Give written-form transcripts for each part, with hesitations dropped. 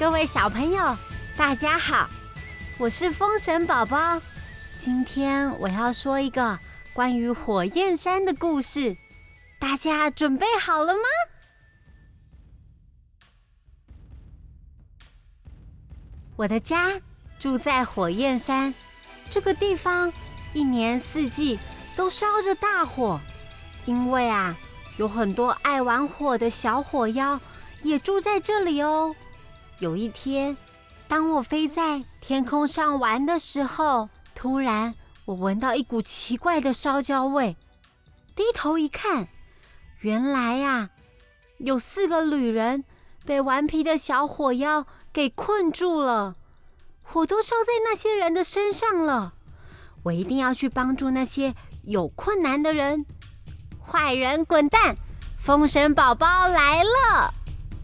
各位小朋友，大家好，我是风神宝宝。今天我要说一个关于火焰山的故事，大家准备好了吗？我的家住在火焰山，这个地方一年四季都烧着大火，因为有很多爱玩火的小火妖也住在这里哦。有一天，当我飞在天空上玩的时候，突然我闻到一股奇怪的烧焦味，低头一看，原来有4个旅人被顽皮的小火妖给困住了，火都烧在那些人的身上了。我一定要去帮助那些有困难的人。坏人滚蛋！风神宝宝来了！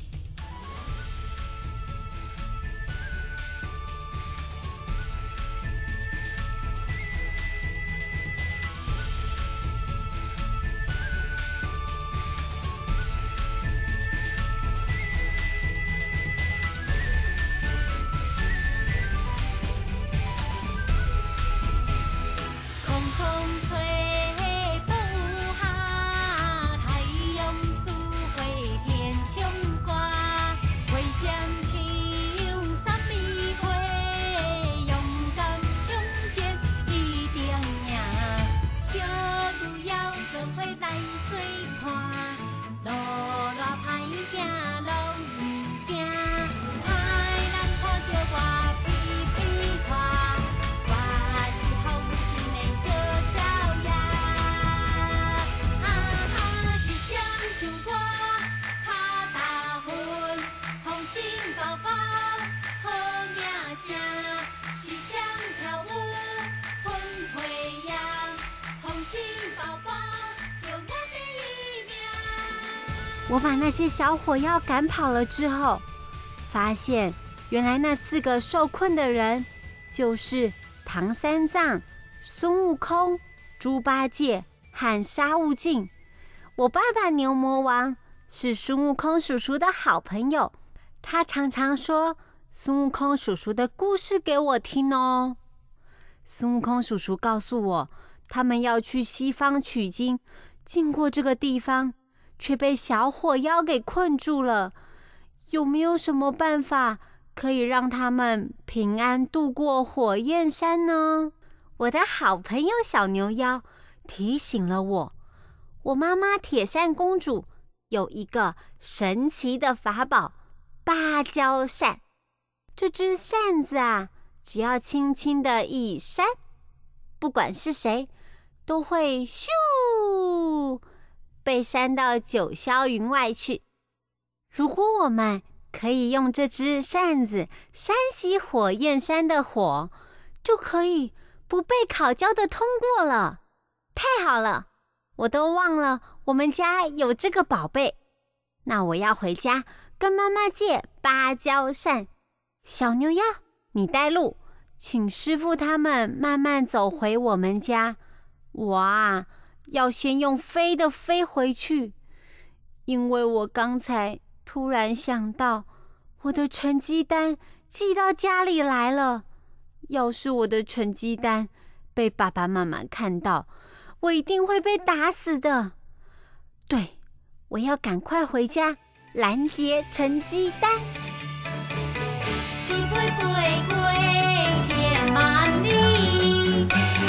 我把那些小火妖赶跑了之后，发现原来那4个受困的人就是唐三藏、孙悟空、猪八戒和沙悟净。我爸爸牛魔王是孙悟空叔叔的好朋友，他常常说孙悟空叔叔的故事给我听哦。孙悟空叔叔告诉我，他们要去西方取经，经过这个地方却被小火妖给困住了，有没有什么办法可以让他们平安度过火焰山呢？我的好朋友小牛妖提醒了我，我妈妈铁扇公主有一个神奇的法宝芭蕉扇。这只扇子只要轻轻的一扇，不管是谁都会咻被扇到九霄云外去。如果我们可以用这只扇子扇熄火焰山的火，就可以不被烤焦的通过了。太好了，我都忘了我们家有这个宝贝。那我要回家跟妈妈借芭蕉扇。小牛妖，你带路，请师傅他们慢慢走回我们家。我要先用飞的飞回去，因为我刚才突然想到，我的成绩单寄到家里来了。要是我的成绩单被爸爸妈妈看到，我一定会被打死的。对，我要赶快回家拦截成绩单。 一杯杯过千万里，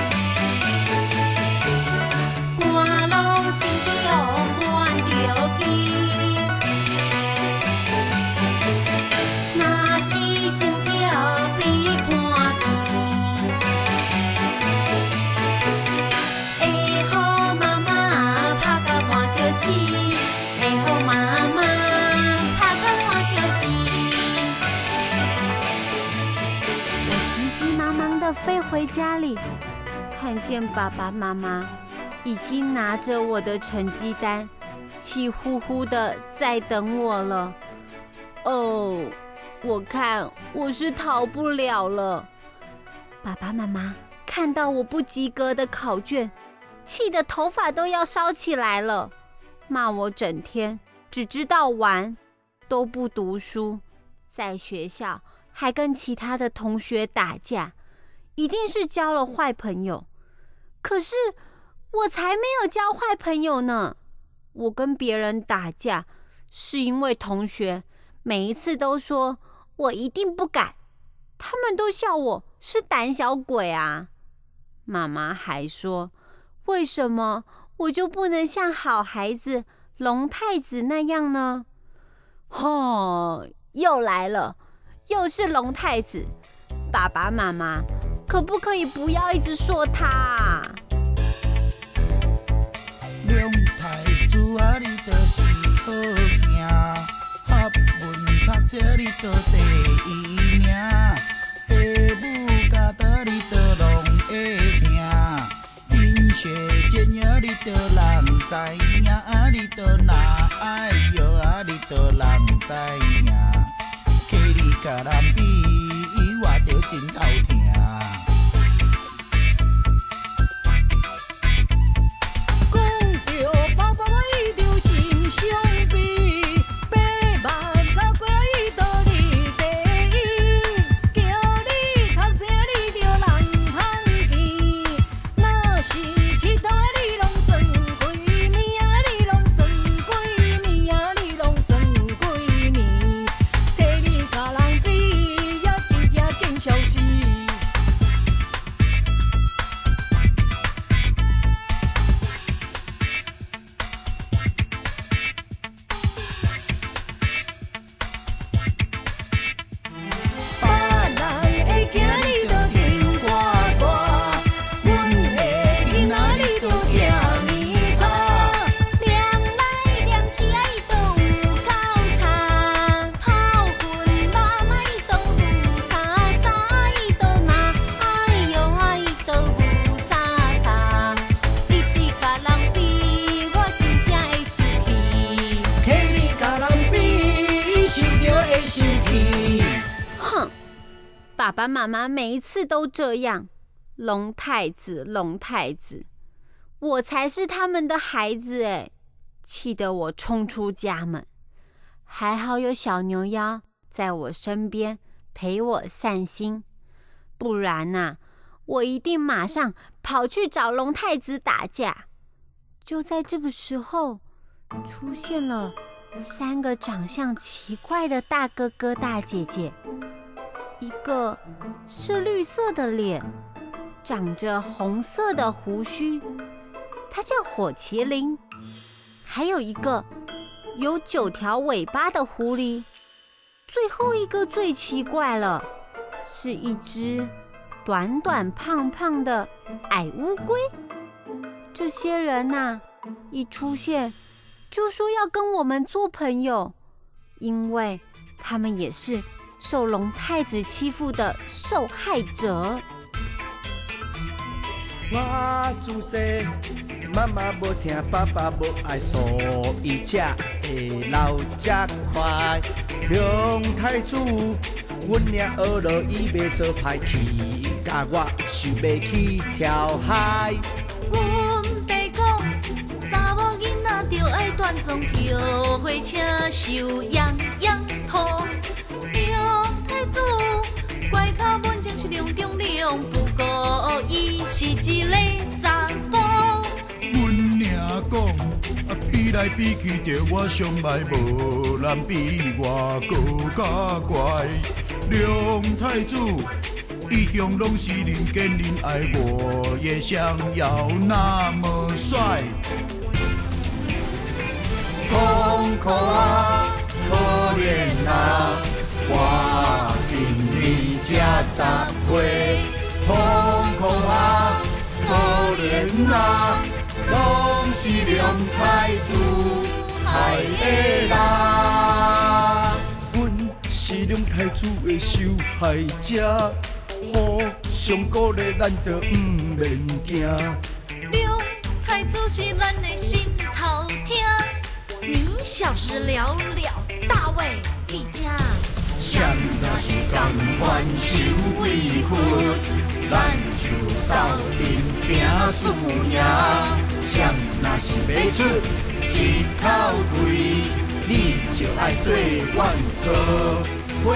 赶路心中满着期。若是成绩比看见，会予妈妈拍到半相思，会予妈妈拍到半相思。 急忙忙地飞回家里，看见爸爸妈妈已经拿着我的成绩单，气呼呼的在等我了。哦，我看我是逃不了了。爸爸妈妈看到我不及格的考卷，气得头发都要烧起来了，骂我整天只知道玩，都不读书， 在学校还跟其他的同学打架，一定是交了坏朋友。可是我才没有交坏朋友呢，我跟别人打架是因为同学每一次都说我一定不敢，他们都笑我是胆小鬼啊。妈妈还说，为什么我就不能像好孩子龙太子那样呢？又来了，又是龙太子。爸爸妈妈可不可以不要一直说他啊？ 龙太子啊，你就是好行，学问读册你就第一名，父母教导你就拢会听，品学兼优你就人知影，你就若爱摇啊，你就人知影，客你甲人比，我就真头疼。相比百万到过伊都你第一，叫你读册你着人通比，若是佚佗你拢算几暝，你拢算几暝，你拢算几暝，摕你甲人比，也真正见笑死。 爸爸妈妈每一次都这样，龙太子，龙太子，我才是他们的孩子哎，气得我冲出家门。还好有小牛妖在我身边陪我散心，不然啊，我一定马上跑去找龙太子打架。就在这个时候，出现了3个长相奇怪的大哥哥大姐姐。一个是绿色的脸，长着红色的胡须，它叫火麒麟。还有一个有9条尾巴的狐狸。最后一个最奇怪了，是一只短短胖胖的矮乌龟。这些人啊，一出现就说要跟我们做朋友，因为他们也是受龙太子欺负的受害者。 我自细，妈妈无听，爸爸无爱，所以才会老这快。龙太子，阮俩学落伊要做歹去，甲我想要去跳海。 阮爸讲，查某囡仔着爱端庄跳花车，受洋洋拖。怪较文静是两中两，不过伊是一个查甫。 阮娘讲，比来比去，着我上歹，无人比我搁较乖。龙太子一向拢是人见人爱，我也想要那么帅。痛苦啊，可怜啊，我今年才10岁，痛苦啊，可怜啊，拢是龙太子害的啦。阮是龙太子的受害者，互相鼓励，咱着毋免惊。 龙太子是咱的心头疼，你小时了了，大未必佳。 谁若是甘愿受委屈，咱就斗阵拼输赢。谁若是要出一口气，你就爱对阮做花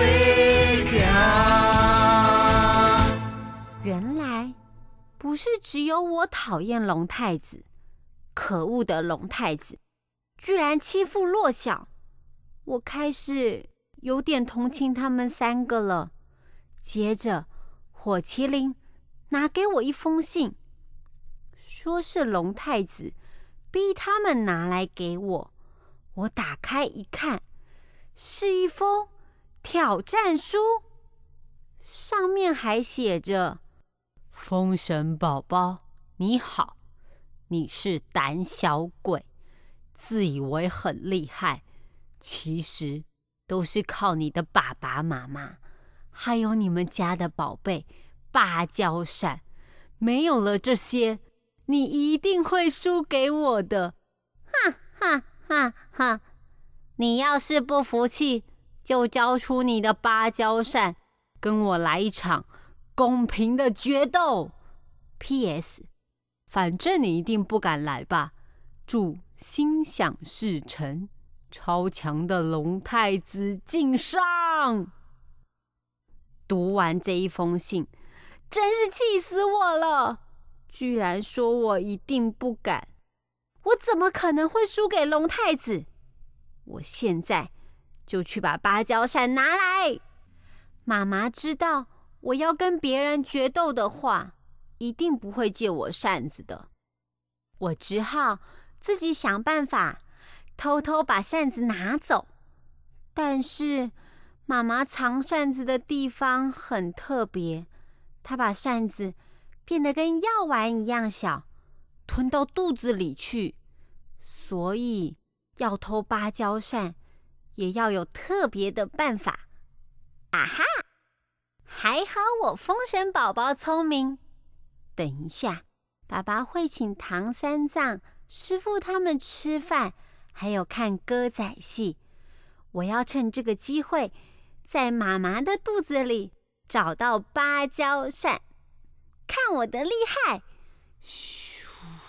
行。 原来不是只有我讨厌龙太子，可恶的龙太子居然欺负弱小。我开始有点同情他们3个了。接着火麒麟拿给我一封信，说是龙太子逼他们拿来给我。我打开一看，是一封挑战书，上面还写着：风神宝宝你好，你是胆小鬼，自以为很厉害，其实都是靠你的爸爸妈妈还有你们家的宝贝芭蕉扇，没有了这些，你一定会输给我的。哈哈哈哈！你要是不服气，就交出你的芭蕉扇，跟我来一场公平的决斗。P.S. 反正你一定不敢来吧？祝心想事成，超强的龙太子敬上。读完这一封信，真是气死我了！居然说我一定不敢，我怎么可能会输给龙太子？我现在就去把芭蕉扇拿来。妈妈知道我要跟别人决斗的话，一定不会借我扇子的。我只好自己想办法，偷偷把扇子拿走。但是妈妈藏扇子的地方很特别，她把扇子变得跟药丸一样小，吞到肚子里去。所以要偷芭蕉扇，也要有特别的办法。啊哈！还好我风神宝宝聪明。等一下，爸爸会请唐三藏、师傅他们吃饭，还有看歌仔戏。我要趁这个机会，在妈妈的肚子里找到芭蕉扇，看我的厉害！咻！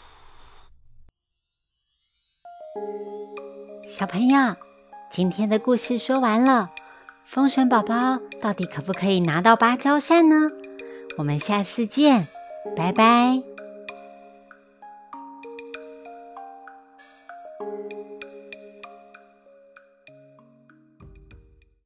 小朋友，今天的故事说完了。风神宝宝到底可不可以拿到芭蕉扇呢？我们下次见，拜拜。